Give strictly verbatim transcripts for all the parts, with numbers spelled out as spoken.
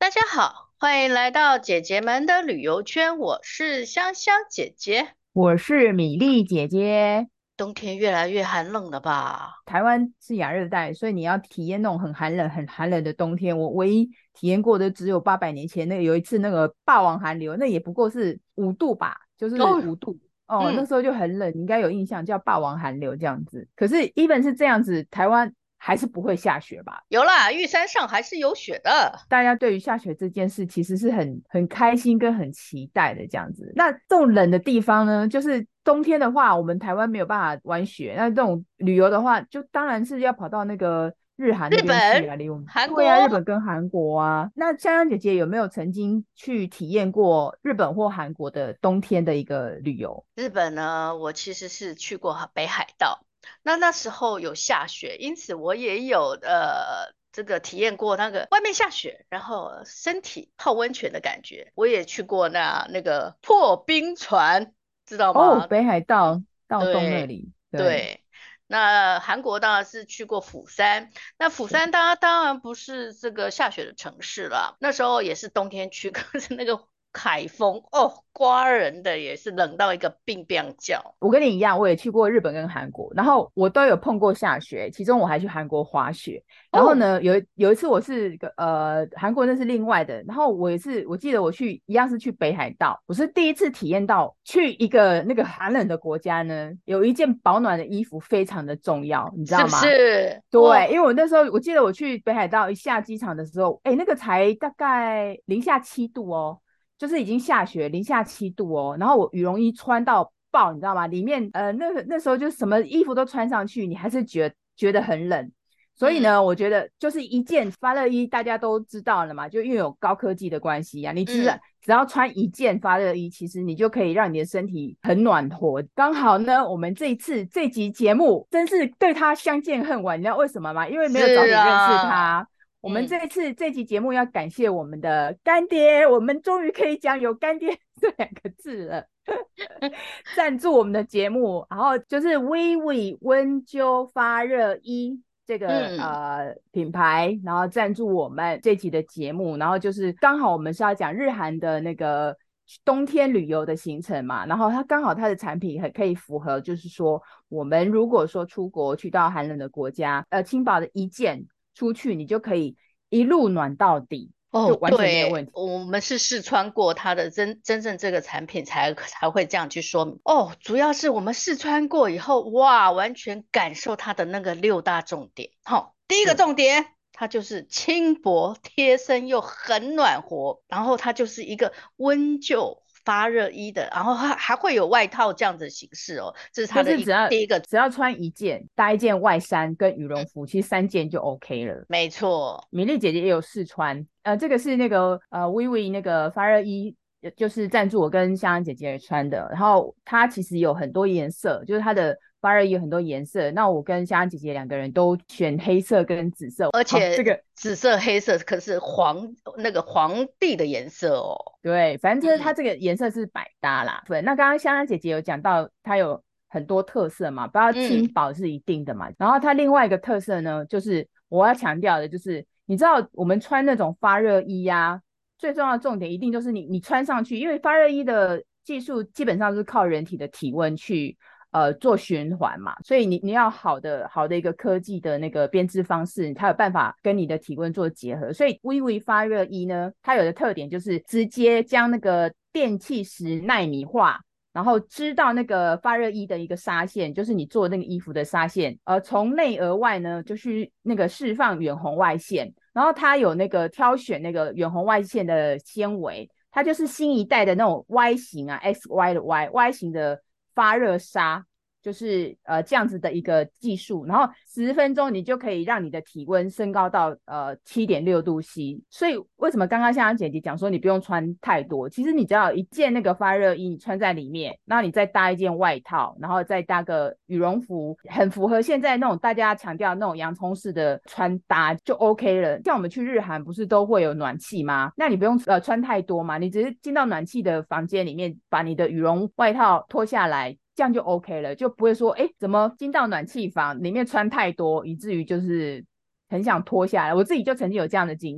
大家好，欢迎来到姐姐们的旅游圈，我是香香姐姐。 我是米粒姐姐。 冬天越来越寒冷了吧？ 台湾是亚热带，所以你要体验那种很寒冷、很寒冷的冬天。我唯一体验过的只有八百年前那个有一次那个霸王寒流，那也不过是五度吧，就是哦， 五度哦，那嗯， 时候就很冷，你应该有印象，叫霸王寒流这样子。可是，even 是这样子，台湾还是不会下雪吧？ 有啦，玉山上还是有雪的。 大家对于下雪这件事其实是很很开心跟很期待的这样子。那这种冷的地方呢，就是冬天的话，我们台湾没有办法玩雪，那这种旅游的话，就当然是要跑到那个日韩那日本、 边去啊，离我们对啊， 韩国， 日本跟韩国啊。那香香姐姐有没有曾经去体验过日本或韩国的冬天的一个旅游？ 日本呢，我其实是去过北海道，那那时候有下雪，因此我也有呃这个体验过那个外面下雪，然后身体泡温泉的感觉。我也去过那那个破冰船，知道哦， 吗？ 北海道道东那对里，对。 对，那韩国当然是去过釜山，那釜山当然当然不是这个下雪的城市了，那时候也是冬天去，可是那个海风哦，刮人的也是冷到一个冰冰叫。 我跟你一样，我也去过日本跟韩国，然后我都有碰过下雪，其中我还去韩国滑雪。然后哦， 呢，有有一次我是个呃韩国那是另外的，然后我也是我记得我去一样是去北海道，我是第一次体验到去一个那个寒冷的国家呢，有一件保暖的衣服非常的重要，你知是不道吗？ 是？ 对，因为哦， 我那时候我记得我去北海道一下机场的时候，哎，那个才大概零下七度哦，就是已经下雪，零下七度哦。然后我羽绒衣穿到爆，你知道吗？里面呃那个那时候就什么衣服都穿上去，你还是觉觉得很冷。所以嗯呢，我觉得就是一件发热衣，大家都知道了嘛，就因为有高科技的关系呀、啊，你只嗯只要穿一件发热衣，其实你就可以让你的身体很暖和。刚好呢，我们这一次这集节目真是对他相见恨晚，你知道为什么吗？因为没有早是点认识啊， 他。我们嗯， 这一次这集节目要感谢我们的干爹，我们终于可以讲有干爹这两个字了。赞助我们的节目，然后就是 Vivi 温灸发热衣这个嗯。 呃品牌，然后赞助我们这期的节目，然后就是刚好我们是要讲日韩的那个冬天旅游的行程嘛，然后它刚好它的产品很可以符合，就是说我们如果说出国去到寒冷的国家，呃，轻薄的一件出去，你就可以一路暖到底，就哦， 完全没有对， 问题。 我们是试穿过它的真真正这个产品才才会这样去说明。哦，主要是我们试穿过以后，哇，完全感受它的那个六大重点。好、第一个对， 重点，它就是轻薄、贴身又很暖和，然后它就是一个温灸发热衣的，然后它还会有外套这样子的形式哦，这是它的一就是只要第一个， 只要穿一件，搭一件外衫跟羽绒服，其实三件就 OK 了。 没错， 米粒姐姐也有试穿，呃，这个是那个呃薇薇那个发热衣，呃就是赞助我跟香香姐姐穿的。然后它其实有很多颜色，就是它的发热衣有很多颜色。那我跟香香姐姐两个人都选黑色跟紫色。 而好，这且个紫色、黑色可是黄那个皇帝的颜色哦。 对，反正它嗯这个颜色是百搭啦。对，那刚刚香香姐姐有讲到，它有很多特色嘛，不要轻嗯， 薄是一定的嘛。然后它另外一个特色呢，就是我要强调的，就是你知道我们穿那种发热衣呀、啊最重要的重点一定就是你你穿上去，因为发热衣的技术基本上是靠人体的体温去呃做循环嘛，所以你你要好的好的一个科技的那个编织方式，它有办法跟你的体温做结合。所以微微发热衣呢，它有的特点就是直接将那个电气石纳米化。然后织到那个发热衣的一个纱线，就是你做那个衣服的纱线，呃，从内而外呢，就是那个释放远红外线，然后它有那个挑选那个远红外线的纤维，它就是新一代的那种 Y 型啊，X Y 的 Y Y 型的发热纱，就是呃这样子的一个技术，然后十分钟你就可以让你的体温升高到呃七点六度 C。所以为什么刚刚像姐姐讲说你不用穿太多，其实你只要有一件那个发热衣你穿在里面，然后你再搭一件外套，然后再搭个羽绒服，很符合现在那种大家强调那种洋葱式的穿搭就 OK 了。像我们去日韩不是都会有暖气吗？那你不用呃穿太多嘛，你只是进到暖气的房间里面，把你的羽绒外套脱下来，这样就 OK 了，就不会说，哎，怎么进到暖气房里面穿太多，以至于就是很想脱下来。我自己就曾经有这样的经验，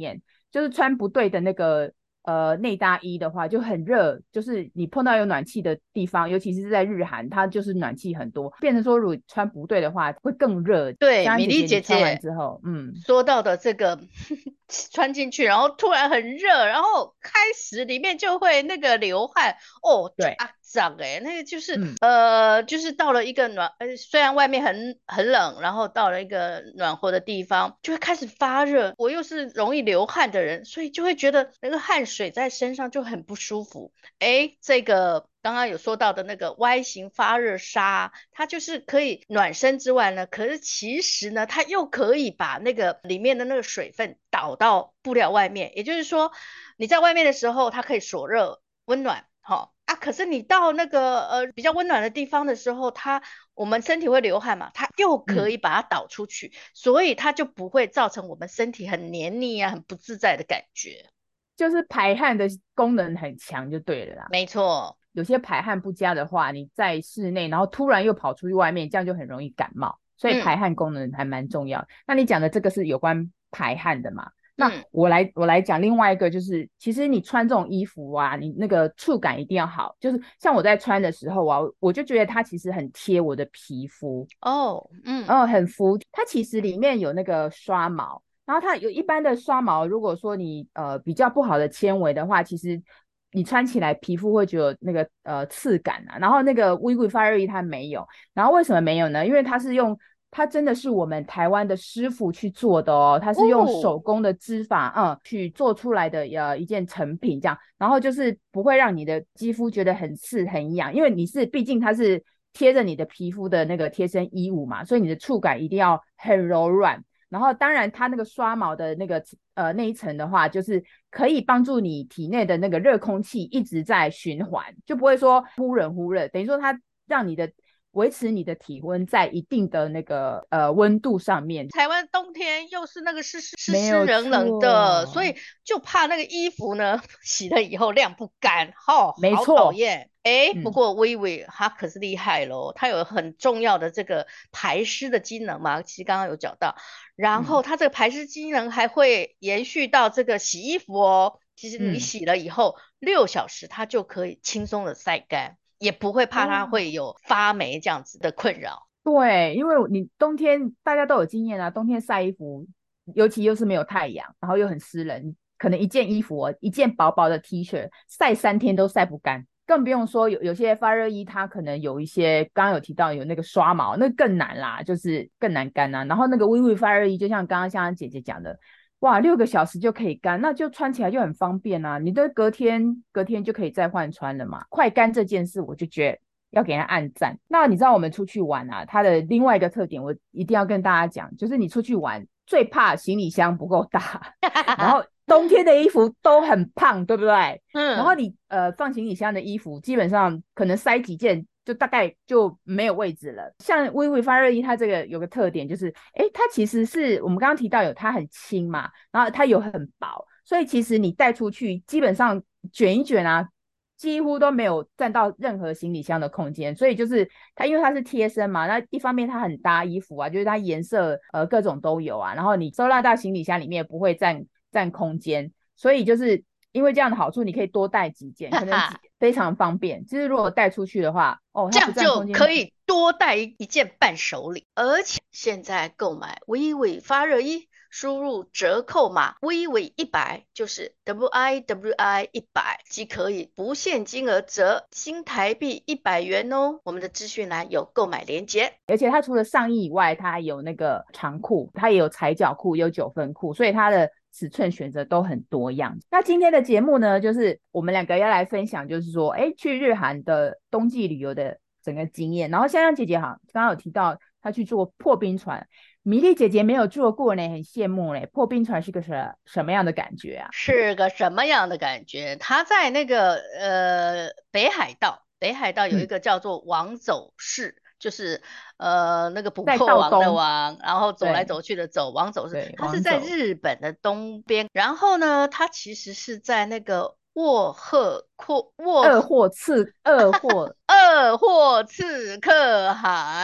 就是穿不对的那个呃内搭衣的话就很热，就是你碰到有暖气的地方，尤其是在日韩，它就是暖气很多，变成说如果穿不对的话会更热。 对， 香香姐米粒姐你穿完姐姐之后，嗯， 说到的这个穿进去，然后突然很热，然后开始里面就会那个流汗，哦，就对， 啊胀哎，那个就是嗯， 呃，就是到了一个暖，呃，虽然外面很很冷，然后到了一个暖和的地方，就会开始发热。我又是容易流汗的人，所以就会觉得那个汗水在身上就很不舒服。诶，这个刚刚有说到的那个 Y 型发热纱，它就是可以暖身之外呢，可是其实呢，它又可以把那个里面的那个水分导到布料外面，也就是说，你在外面的时候，它可以锁热温暖，好、啊，可是你到那个呃比较温暖的地方的时候，它我们身体会流汗嘛，它又可嗯， 以把它导出去，所以它就不会造成我们身体很黏腻啊、很不自在的感觉。 就是排汗的功能很强就对了啦。 没错， 有些排汗不佳的话，你在室内，然后突然又跑出去外面，这样就很容易感冒。所以嗯排汗功能还蛮重要。那你讲的这个是有关排汗的嘛？那嗯。 我来我来讲另外一个，就是其实你穿这种衣服啊，你那个触感一定要好。就是像我在穿的时候啊，我就觉得它其实很贴我的皮肤， 哦，嗯， 哦，很服。它其实里面有那个刷毛，然后它有一般的刷毛，如果说你呃比较不好的纤维的话，其实你穿起来皮肤会觉得那个呃刺感啊。然后那个 V V 发热衣它没有，然后为什么没有呢？因为它是用它真的是我们台湾的师傅去做的哦，它是用手哦， 工的织法，嗯，去做出来的呃一件成品这样，然后就是不会让你的肌肤觉得很刺很痒，因为你是毕竟它是贴着你的皮肤的那个贴身衣物嘛，所以你的触感一定要很柔软。然后当然它那个刷毛的那个呃那一层的话，就是可以帮助你体内的那个热空气一直在循环，就不会说忽冷忽热，等于说它让你的维持你的体温在一定的那个呃温度上面。 台湾冬天又是那个湿湿湿没有湿冷冷的，所错， 以就怕那个衣服呢洗了以后晾不干，哦，好讨没错， 厌。诶，不嗯过微微它可是厉害喽，它有很重要的这个排湿的机能嘛，其实刚刚有讲到，然后嗯它这个排湿机能还会延续到这个洗衣服哦。其实你嗯， 洗了以后六小时，它就可以轻松的晒干，也不会怕它哦。 会有发霉这样子的困扰。 对，因为你冬天大家都有经验啊，冬天晒衣服，尤其又是没有太阳，然后又很湿冷，可能一件衣服哦，一件薄薄的 T 恤晒三天都晒不干，更不用说有有些发热衣，它可能有一些刚刚有提到有那个刷毛，那更难啦，就是更难干啊。然后那个微微发热衣，就像刚刚香香姐姐讲的，哇，六个小时就可以干，那就穿起来就很方便啊，你的隔天隔天就可以再换穿了嘛。快干这件事，我就觉得要给他按赞。那你知道我们出去玩啊，它的另外一个特点，我一定要跟大家讲，就是你出去玩最怕行李箱不够大，然后冬天的衣服都很胖，对不对？然后嗯， 你呃放行李箱的衣服，基本上可能塞几件。就大概就没有位置了。像微微发热衣，它这个有个特点就是，哎，它其实是我们刚刚提到有它很轻嘛，然后它有很薄，所以其实你带出去基本上卷一卷啊，几乎都没有占到任何行李箱的空间，所以就是它因为它是贴身嘛，那一方面它很搭衣服啊，就是它颜色呃各种都有啊，然后你收纳到行李箱里面不会占占空间，所以就是因为这样的好处，你可以多带几件，可能几非常方便。就是如果带出去的话，哦，它不这样就占空间， 可以多带一一件伴手礼，而且现在购买微微发热衣，输入折扣码微微一百，就是 W I W I 一百，即可以不限金额折新台币一百元哦。我们的资讯栏有购买链接。 而且它除了上衣以外，它还有那个长裤，它也有踩脚裤，也有九分裤，所以它的尺寸选择都很多样。那今天的节目呢，就是我们两个要来分享，就是说，哎，去日韩的冬季旅游的整个经验。然后香香姐姐哈，刚刚有提到她去坐破冰船，米莉姐姐没有坐过呢，很羡慕嘞。破冰船是个什什么样的感觉啊？ 是个什么样的感觉？它在那个呃北海道，北海道有一嗯， 个叫做王走市，就是呃那个捕在破王的道东， 王，然后走来对走去的走，王走市， 对， 它是在往走， 日本的东边。然后呢，它其实是在那个沃赫阔沃二货刺二货， 鄂霍次克海。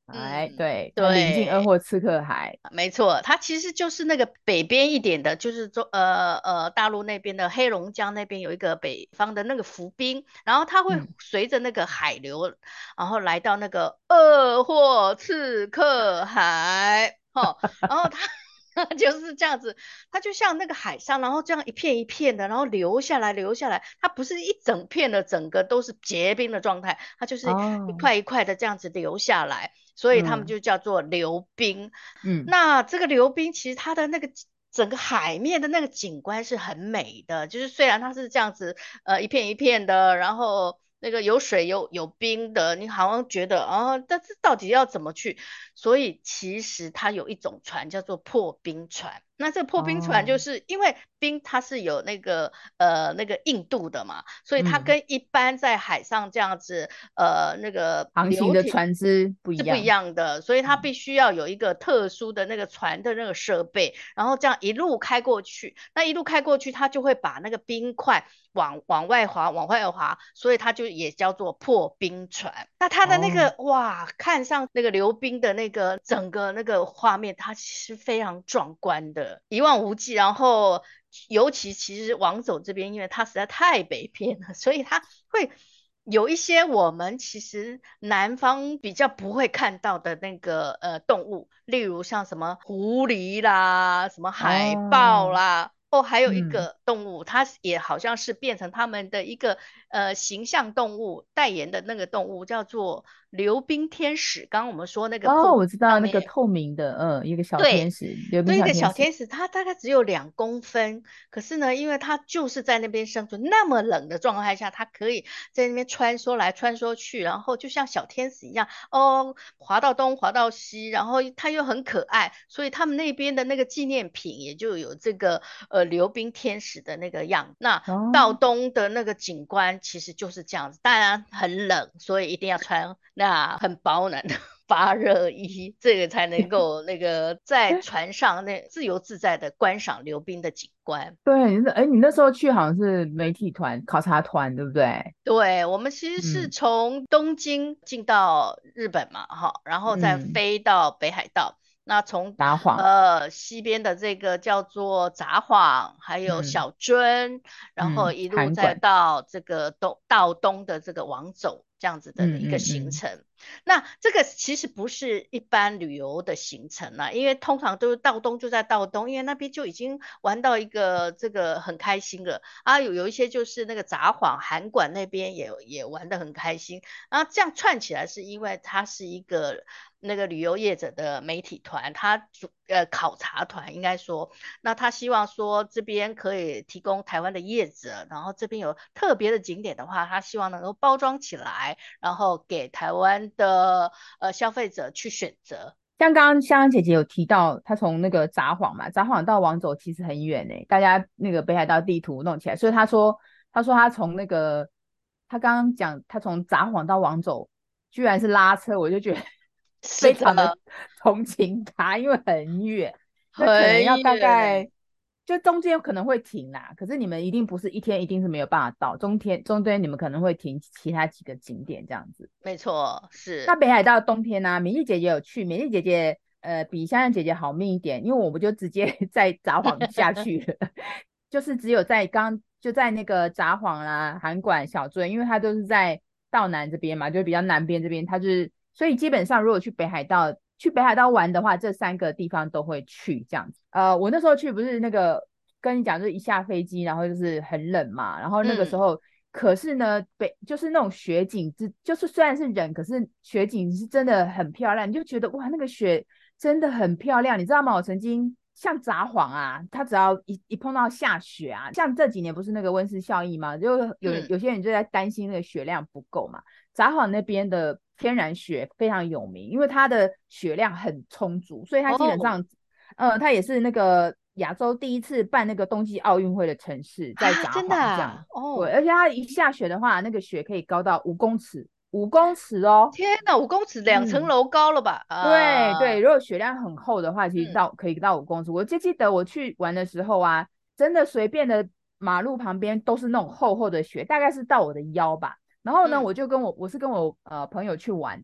哎， 嗯， 对，他临近鄂对。 霍次克海。 没错，它其实就是那个北边一点的，就是中呃呃大陆那边的黑龙江那边有一个北方的那个浮冰，然后它会嗯， 随着那个海流，然后来到那个鄂霍次克海，哈、然后它就是这样子，它就像那个海上，然后这样一片一片的，然后流下来流下来，它不是一整片的，整个都是结冰的状态，它就是一哦， 块一块的这样子流下来。所以他们嗯就叫做流冰。 嗯， 那这个流冰其实它的那个整个海面的那个景观是很美的，就是虽然它是这样子，呃，一片一片的，然后那个有水有有冰的，你好像觉得啊，但是到底要怎么去？所以其实它有一种船叫做破冰船。那这个破冰船哦， 就是因为冰它是有那个呃那个硬度的嘛，所以它嗯， 跟一般在海上这样子呃那个航行流体的船只不一是不一样。 样的，所以它嗯， 必须要有一个特殊的那个船的那个设备，然后这样一路开过去，那一路开过去，它就会把那个冰块往往外滑，往外滑，所以它就也叫做破冰船。那它的那哦， 个哇，看上那个溜冰的那个整个那个画面，它其实非常壮观的，一望无际。然后尤其其实王走这边，因为它实在太北偏了，所以它会有一些我们其实南方比较不会看到的那个呃动物，例如像什么狐狸啦，什么海豹哦， 啦。哦，还有一嗯， 个动物，它也好像是变成他们的一个呃形象动物代言的那个动物，叫做流冰天使。刚刚我们说那个哦， 破我知道那个上面透明的，嗯，一个小天对， 使，流冰对，一个小天使。 小天使，它大概只有两公分，可是呢，因为它就是在那边生存，那么冷的状态下，它可以在那边穿梭来穿梭去，然后就像小天使一样，哦，滑到东滑到西，然后它又很可爱，所以他们那边的那个纪念品也就有这个呃流冰天使的那个样。那哦， 到东的那个景观其实就是这样子，当然很冷，所以一定要穿那很保暖的发热衣，这个才能够那个在船上那自由自在的观赏流冰的景观。 对，你是，哎，你那时候去好像是媒体团、考察团，对不对？ 对，我们其实是嗯从东京进到日本嘛，哈，然后再嗯， 飞到北海道。那从札幌， 呃西边的这个叫做札幌，还有嗯小樽，然后嗯， 一路再函馆， 到这个东到东的这个王走这样子的嗯一个嗯嗯， 行程。那这个其实不是一般旅游的行程啦，因为通常都是到东就在到东，因为那边就已经玩到一个这个很开心了。啊，有有一些就是那个札幌、函馆那边也也玩得很开心，然后这样串起来是因为它是一个那个旅游业者的媒体团，他主呃考察团应该说，那他希望说这边可以提供台湾的业者，然后这边有特别的景点的话，他希望能够包装起来，然后给台湾的呃消费者去选择。 像刚刚香香姐姐有提到，她从那个札幌嘛，札幌到王走其实很远呢，大家那个北海道地图弄起来，所以她说，她说她从那个，她刚刚讲她从札幌到王走，居然是拉车，我就觉得是非常的的， 同情她，因为很远，那可能很要大远。 概就中间可能会停啦，可是你们一定不是一天一定是没有办法到，中天中间你们可能会停其他几个景点这样子。 没错， 那是。 北海道冬天呢、啊，美丽姐姐有去，美丽姐姐呃比香香姐姐好命一点，因为我们就直接在札幌下去了，就是只有在刚就在那个札幌啦、函馆、小樽，因为它都是在道南这边嘛，就是比较南边这边，它就是所以基本上如果去北海道去北海道玩的话，这三个地方都会去这样子。呃，我那时候去不是那个跟你讲，就是一下飞机，然后就是很冷嘛，然后那个时嗯。 候可是呢，北就是那种雪景，之就是虽然是冷，可是雪景是真的很漂亮，你就觉得哇，那个雪真的很漂亮，你知道吗？我曾经像札幌啊，它只要一一碰到下雪啊，像这几年不是那个温室效应嘛，就有人嗯。 有些人就在担心那个雪量不够嘛。札幌那边的天然雪非常有名，因为它的雪量很充足，所以它基本哦。 上，呃，它也是那个亚洲第一次办那个冬季奥运会的城市，在啊， 札真的幌这样。 啊， 对， 哦。 而且它一下雪的话，那个雪可以高到五公尺，五公尺哦。 天呐，五公尺两层嗯， 楼高了吧？ 对对， 啊。 如果雪量很厚的话，其实嗯。 到可以到五公尺。我就记得我去玩的时候啊，真的随便的马路旁边都是那种厚厚的雪，大概是到我的腰吧。然后呢， 嗯。 我就跟我我是跟我呃朋友去玩的，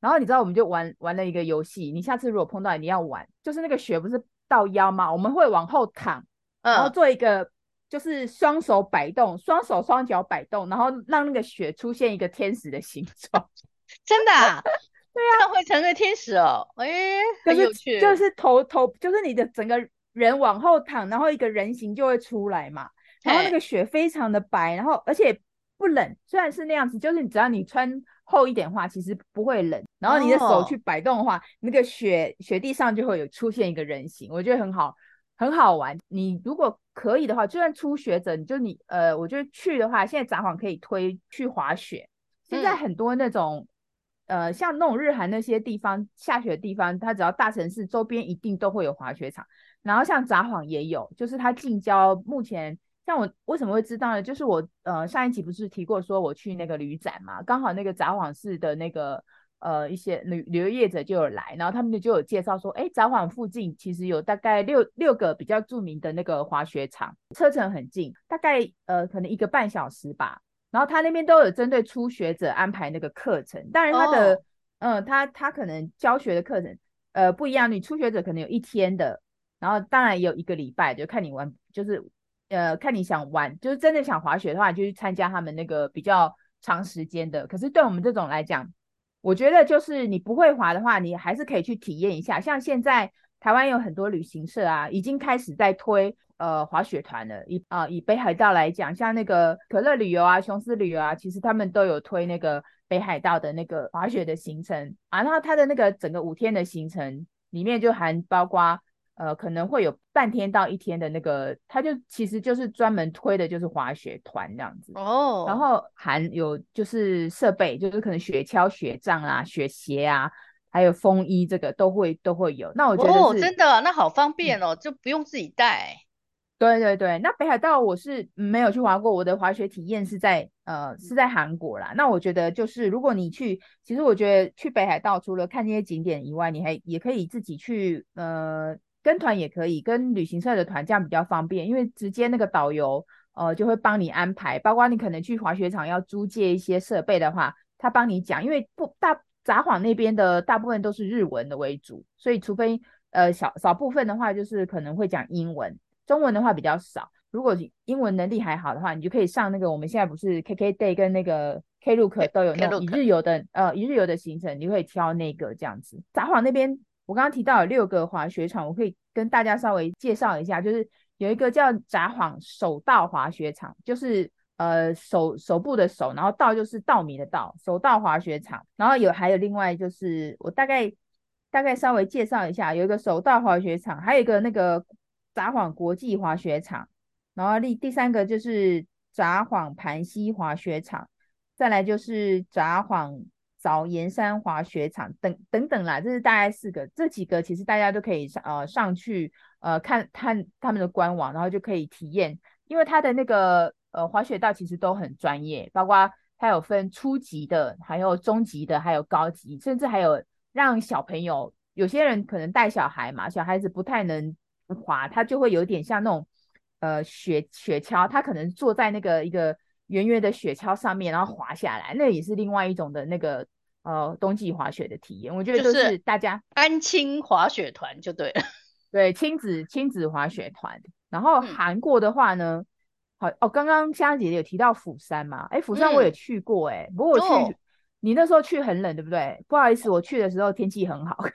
然后你知道我们就玩玩了一个游戏，你下次如果碰到你要玩，就是那个雪不是到腰吗？我们会往后躺，然后嗯， 做一个就是双手摆动，双手双脚摆动，然后让那个雪出现一个天使的形状。 真的啊，这样会成为天使哦，哎，很就是有趣。 就是头头就是你的整个人往后躺，然后一个人形就会出来嘛。然后那嘿， 个雪非常的白，然后而且不冷，虽然是那样子，就是你只要你穿厚一点的话，其实不会冷。然后你的手去哦， 摆动的话，那个雪雪地上就会有出现一个人形，我觉得很好，很好玩。你如果可以的话，就算初学者，你就你呃，我觉得去的话，现在札幌可以推去滑雪。现在嗯， 很多那种呃，像那种日韩那些地方下雪的地方，它只要大城市周边一定都会有滑雪场。然后像札幌也有，就是它近郊目前像我为什么会知道呢？就是我呃上一集不是提过说我去那个旅展嘛，刚好那个札幌市的那个呃一些旅旅游业者就有来，然后他们就有介绍说，哎，札幌附近其实有大概六六个比较著名的那个滑雪场，车程很近，大概呃可能一个半小时吧。然后他那边都有针对初学者安排那个课程，当然他的， 哦， 嗯，他他可能教学的课程，呃，不一样，你初学者可能有一天的，然后当然也有一个礼拜，就看你玩，就是呃，看你想玩，就是真的想滑雪的话，就去参加他们那个比较长时间的。可是对我们这种来讲，我觉得就是你不会滑的话，你还是可以去体验一下。像现在台湾有很多旅行社啊，已经开始在推呃滑雪团了。以啊、呃以北海道来讲，像那个可乐旅游啊、雄狮旅游啊，其实他们都有推那个北海道的那个滑雪的行程啊。然后它的那个整个五天的行程里面就含包括呃可能会有半天到一天的那个，它就其实就是专门推的就是滑雪团这样子。然哦， 后含有就是设备，就是可能雪橇、雪杖啊、雪鞋啊，还有风衣，这个都会都会有。那我觉得哦， 是， 真的，那好方嗯， 便哦，就不用自己带。 对对对。那北海道我是没有去滑过，我的滑雪体验是在呃是在韩国啦。那我觉得就是如果你去，其实我觉得去北海道除了看那些景点以外，你还也可以自己去呃跟团也可以，跟旅行社的团这样比较方便，因为直接那个导游呃就会帮你安排，包括你可能去滑雪场要租借一些设备的话，他帮你讲，因为不大札幌那边的大部分都是日文的为主，所以除非呃小少部分的话，就是可能会讲英文。中文的话比较少。如果英文能力还好的话，你就可以上那个我们现在不是 K K Day 跟那个 Klook 都有那种一 Klook， 日游的呃一日游的行程，你可以挑那个这样子。札幌那边我刚刚提到有六个滑雪场，我可以跟大家稍微介绍一下，就是有一个叫札幌手道滑雪场，就是呃手手部的手，然后道就是稻米的稻，手道滑雪场。然后有还有另外就是我大概大概稍微介绍一下，有一个手道滑雪场，还有一个那个札幌国际滑雪场，然后第第三个就是札幌盘溪滑雪场，再来就是札幌早岩山滑雪场等等等啦，这是大概四个，这几个其实大家都可以上呃上去呃看看他们的官网，然后就可以体验，因为它的那个呃滑雪道其实都很专业，包括它有分初级的，还有中级的，还有高级，甚至还有让小朋友，有些人可能带小孩嘛，小孩子不太能滑，他就会有点像那种呃雪雪橇，他可能坐在那个一个圆圆的雪橇上面，然后滑下来，那也是另外一种的那个呃冬季滑雪的体验。我觉得都就是是大家安亲滑雪团就对了。 对亲子亲子滑雪团。然后嗯韩国的话呢，好哦，刚刚香姐姐有提到釜山嘛，哎，釜山我也嗯， 去过，哎，不过我去哦， 你那时候去很冷，对不对？不好意思，我去的时候天气很好。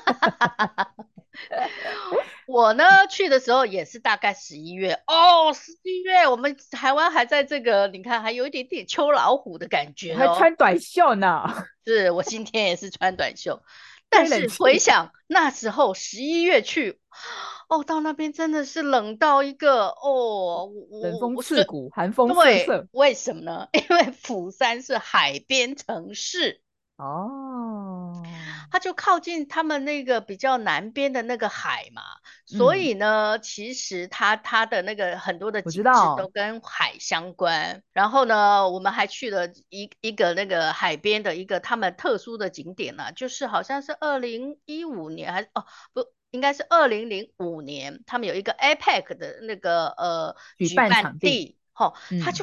我呢去的时候也是大概十一月哦，十一月我们台湾还在这个，你看还有一点点秋老虎的感我觉哦。 还穿短袖呢， 是我今天也是穿短袖，但吹冷是回气。 想那时候十一月去，哦，到那边真的是冷到一个哦，我我冷风我是刺骨，寒风瑟对， 瑟。 为什么呢？因为釜山是海边城市。 哦， 它就靠近他们那个比较南边的那个海嘛，所嗯， 以呢，其实它它的那个很多的我知景致都道， 跟海相关。然后呢，我们还去了一一个那个海边的一个他们特殊的景点呢、就是好像是二零一五年还是哦不。应该是二零零五年，他们有一个 A P E C 的那个呃举办举办场地， 地，吼、他嗯， 就开盖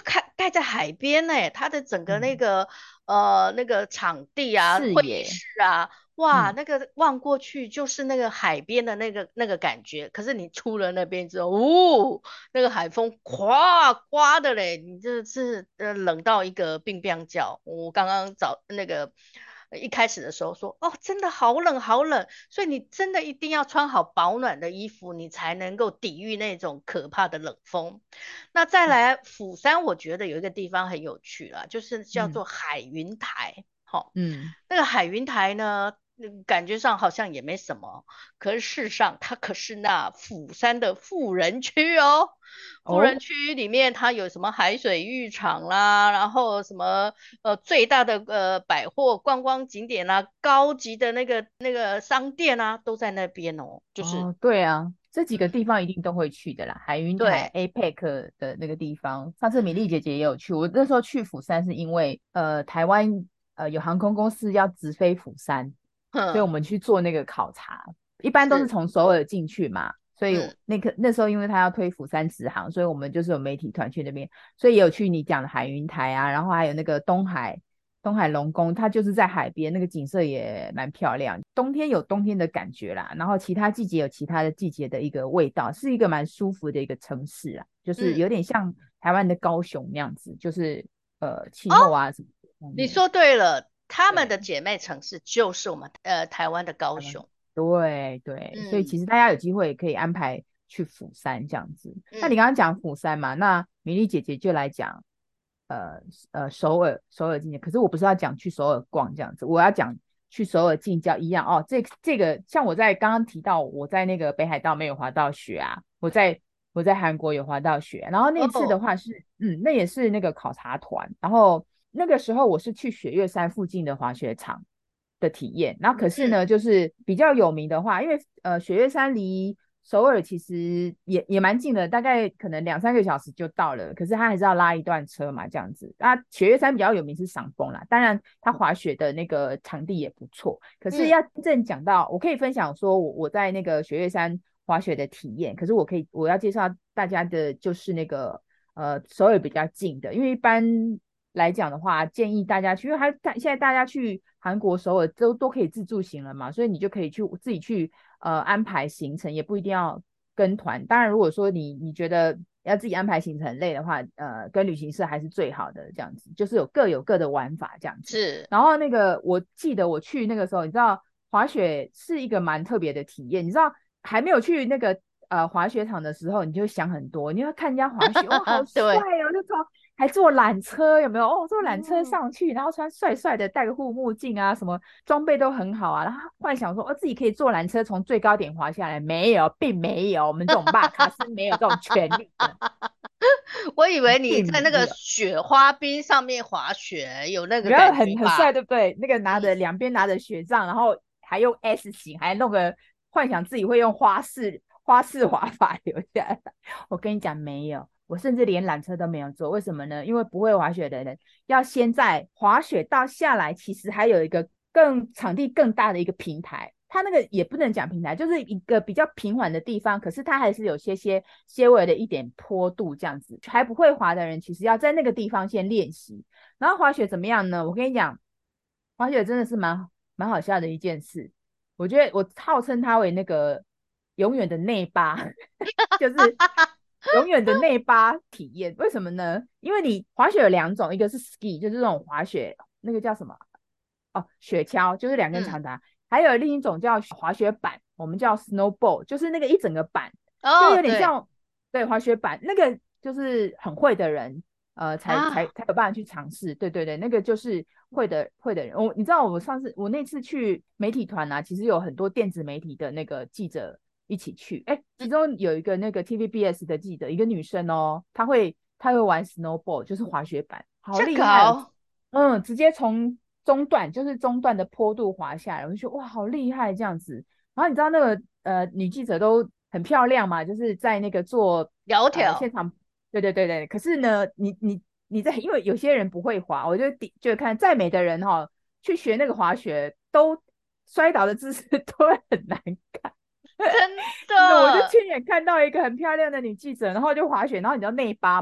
盖在海边呢，它的整个那嗯， 个呃那个场地啊，会议视野， 室啊，哇， 嗯， 那个望过去就是那个海边的那个那个感觉。可是你出了那边之后，呜、那个海风哗刮的嘞，你这是呃冷到一个冰冰叫。我刚刚早那个呃一开始的时候说，哦，真的好冷好冷，所以你真的一定要穿好保暖的衣服，你才能够抵御那种可怕的冷风。那再来釜山，我觉得有一个地方很有趣啦，就是叫嗯， 做海云台。好、 嗯， 那个海云台呢，嗯感觉上好像也没什么，可是事实上它可是那釜山的富人区哦。富人哦， 区里面它有什么海水浴场啦，然后什么呃最大的呃百货观光景点啦，高级的那个那个商店啊，都在那边哦。就是哦，对啊，这几个嗯， 地方一定都会去的啦。海云台、 对， A P E C 的那个地方，上次米莉姐姐也有去。我那时候去釜山是因为呃台湾呃有航空公司要直飞釜山，所以我哼， 们去做那个考察。一般都是是， 从首尔进去嘛，所以嗯。 那个那时候因为他要推釜山直航，所以我们就是有媒体团去那边，所以也有去你讲的海云台啊，然后还有那个东海。东海龙宫，它就是在海边，那个景色也蛮漂亮。冬天有冬天的感觉啦，然后其他季节有其他的季节的一个味道，是一个蛮舒服的一个城市啊，就是嗯， 有点像台湾的高雄那样子，就是呃气哦， 候啊什么方面。 你说对了，他们的对， 姐妹城市就是我们呃台湾的高台湾， 雄。 对对，所以嗯其实大家有机会可以安排去釜山这样子。那你嗯， 刚刚讲釜山嘛，那米莉姐姐就来讲，呃呃首尔首尔近郊，可是我不是要讲去首尔逛这样子，我要讲去首尔近郊一样哦。这这个像我在刚刚提到，我在那个北海道没有滑到雪啊，我在我在韩国有滑到雪，然后那次的哦， 话是，嗯，那也是那个考察团，然后那个时候我是去雪岳山附近的滑雪场的体验，然后可是嗯呢，就是比较有名的话，因为呃雪岳山离首尔其实也也蛮近的，大概可能两三个小时就到了，可是它还是要拉一段车嘛，这样子。那雪岳山比较有名是赏枫啦，当然它滑雪的那个场地也不错，可是嗯要真正讲到，我可以分享说我我在那个雪岳山滑雪的体验，可是我可以我要介绍大家的就是那个呃首尔比较近的，因为一般来讲的话，建议大家去，因为还现在大家去韩国首尔都都可以自助行了嘛，所以你就可以去自己去呃安排行程，也不一定要跟团。当然，如果说你你觉得要自己安排行程很累的话，呃，跟旅行社还是最好的这样子，就是有各有各的玩法这样子。 是， 然后那个我记得我去那个时候，你知道滑雪是一个蛮特别的体验，你知道还没有去那个呃滑雪场的时候，你就想很多，你要看人家滑雪，哇，好帅对， 哦，就从还坐缆车，有没有？哦，坐缆车嗯， 上去，然后穿帅帅的，戴个护目镜啊，什么装备都很好啊。然后幻想说，哦，自己可以坐缆车从最高点滑下来，没有，并没有，我们这种骂卡是没有这种权利的， 我以为你并在那个没有。 雪花冰上面滑雪，有那个然后感觉很很帅， 吧？ 对不对？那个拿嗯， 着两边拿着雪杖，然后还用 S 型，还弄个幻想自己会用花式花式滑法留下来。我跟你讲，没有，我甚至连缆车都没有坐。为什么呢？因为不会滑雪的人要先在滑雪道下来，其实还有一个更场地更大的一个平台。它那个也不能讲平台，就是一个比较平缓的地方，可是它还是有些些些微的一点坡度这样子。还不会滑的人，其实要在那个地方先练习。然后滑雪怎么样呢？我跟你讲，滑雪真的是蛮蛮好笑的一件事。我觉得我号称它为那个永远的内八，就是永远的内八体验。为什么呢？因为你滑雪有两种，一个是 ski，就是这种滑雪，那个叫什么？哦，雪橇，就是两根嗯， 长达。还有另一种叫滑雪板，我们叫 snowboard，就是那个一整个板，就哦，对有点像对滑雪板，那个就是很会的人，呃，才才啊， 才有办法去尝试。对对对，那个就是会的会的人。我你知道，我上次我那次去媒体团啊，其实有很多电子媒体的那个记者一起去，哎，其嗯， 中有一个那个 T V B S 的记者，一个女生哦，她会她会玩 snowboard，就是滑雪板，好这厉害哦。 搞， 嗯，直接从中段就是中段的坡度滑下来，我就觉得哇，好厉害这样子。然后你知道那个呃女记者都很漂亮嘛，就是在那个做窈窕， 呃现场，对对对对。可是呢，你你你在，因为有些人不会滑，我就的就看再美的人哈、哦，去学那个滑雪都摔倒的姿势都会很难看。 真那我就的， 亲眼看到一个很漂亮的女记者，然后就滑雪，然后你知道内八嘛，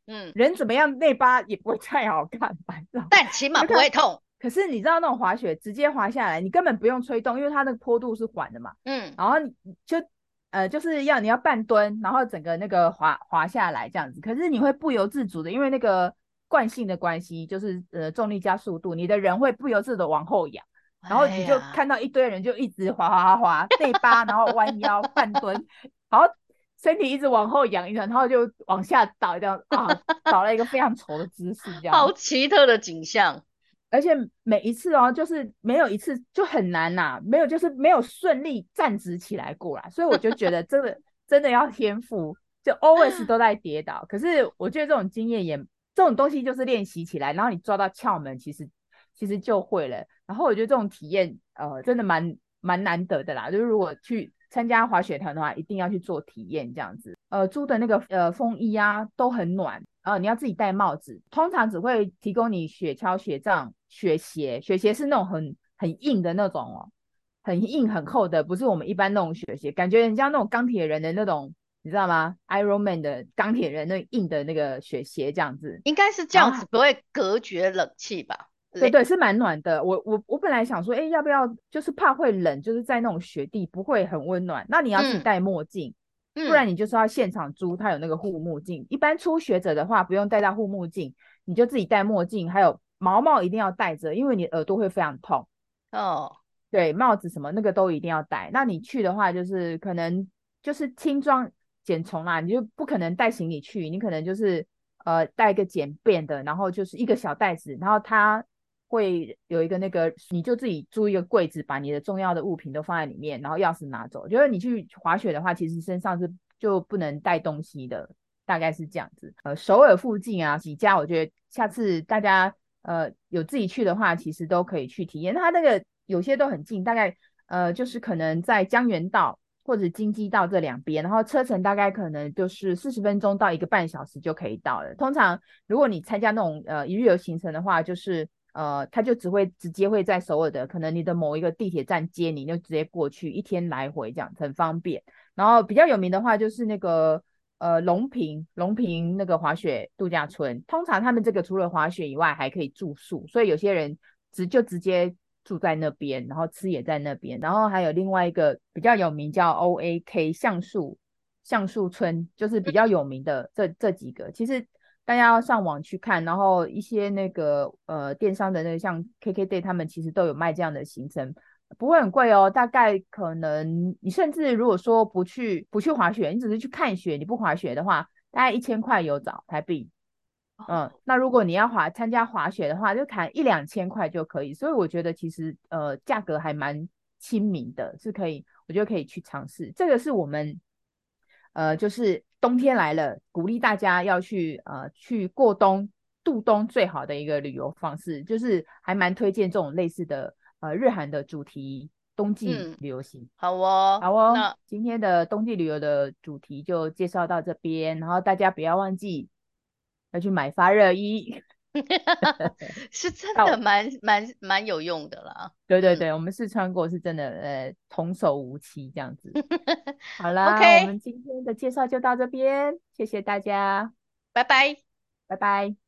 嗯， 人怎么样内八也不会太好看吧，你知道吗？ 但起码你就看， 不会痛。 可是你知道那种滑雪直接滑下来，你根本不用吹动，因为它那个坡度是缓的嘛。 嗯， 然后你就呃就是要你要半蹲，然后整个那个滑滑下来这样子。可是你会不由自主的，因为那个惯性的关系，就是呃重力加速度，你的人会不由自主的往后仰。然后你就哎呀， 看到一堆人就一直滑滑滑滑内八，然后弯腰半蹲，然后身体一直往后仰一仰，然后就往下倒，这样啊，倒了一个非常丑的姿势，这好样。 奇特的景象。 而且每一次哦，就是没有一次就很难呐、没有就是没有顺利站直起来过来，所以我就觉得真的真的要天赋，就 always 都在跌倒。可是我觉得这种经验也这种东西就是练习起来，然后你抓到窍门，其实其实就会了。然后我觉得这种体验呃真的蛮蛮难得的啦，就是如果去参加滑雪团的话，一定要去做体验这样子。呃，租的那个呃风衣啊都很暖，呃，你要自己戴帽子，通常只会提供你雪橇、雪杖、雪鞋，雪鞋是那种很很硬的那种哦，很硬很厚的，不是我们一般那种雪鞋，感觉人家那种钢铁人的那种，你知道吗？Iron Man 的钢铁人那硬的那个雪鞋这样子。 应该是这样子， 然后不会隔绝冷气吧？冷， 对对，是蛮暖的。我我我本来想说，哎，要不要就是怕会冷，就是在那种雪地不会很温暖。那你要自己嗯戴墨镜，不然嗯， 你就是要现场租，它有那个护目镜。一般初学者的话，不用戴到护目镜，你就自己戴墨镜，还有毛毛一定要戴着，因为你耳朵会非常痛。 哦， 对，帽子什么那个都一定要戴。那你去的话，就是可能就是轻装简从啦，你就不可能带行李去，你可能就是呃带一个简便的，然后就是一个小袋子，然后它会有一个那个，你就自己租一个柜子，把你的重要的物品都放在里面，然后钥匙拿走。就是你去滑雪的话，其实身上是就不能带东西的，大概是这样子。呃，首尔附近啊几家，我觉得下次大家呃有自己去的话，其实都可以去体验。它那个有些都很近，大概呃就是可能在江原道或者京畿道这两边，然后车程大概可能就是四十分钟到一个半小时就可以到了。通常如果你参加那种呃一日游行程的话，就是呃他就只会直接会在首尔的可能你的某一个地铁站接你，就直接过去，一天来回这样很方便。然后比较有名的话就是那个呃龙平龙平那个滑雪度假村，通常他们这个除了滑雪以外还可以住宿，所以有些人直就直接住在那边，然后吃也在那边。然后还有另外一个比较有名叫 O A K 橡树橡树村，就是比较有名的这这几个，其实。大家要上网去看，然后一些那个呃电商的那个像 K K Day 他们其实都有卖这样的行程，不会很贵哦，大概可能你甚至如果说不去不去滑雪，你只是去看雪，你不滑雪的话，大概一千块有找台币。嗯，那如果你要滑参加滑雪的话，就砍一两千块就可以。所以我觉得其实呃价格还蛮亲民的，是可以，我觉得可以去尝试。这个是我们呃就是冬天来了，鼓励大家要去呃去过冬度冬最好的一个旅游方式，就是还蛮推荐这种类似的呃日韩的主题冬季嗯， 旅游行。 好哦， 好哦， 那今天的冬季旅游的主题就介绍到这边，然后大家不要忘记要去买发热衣。 是真的到， 蛮蛮蛮有用的啦。嗯对对对，我们试穿过是真的，呃，童叟无欺这样子。好啦，我 ，OK， 们今天的介绍就到这边，谢谢大家， 拜拜。 拜拜。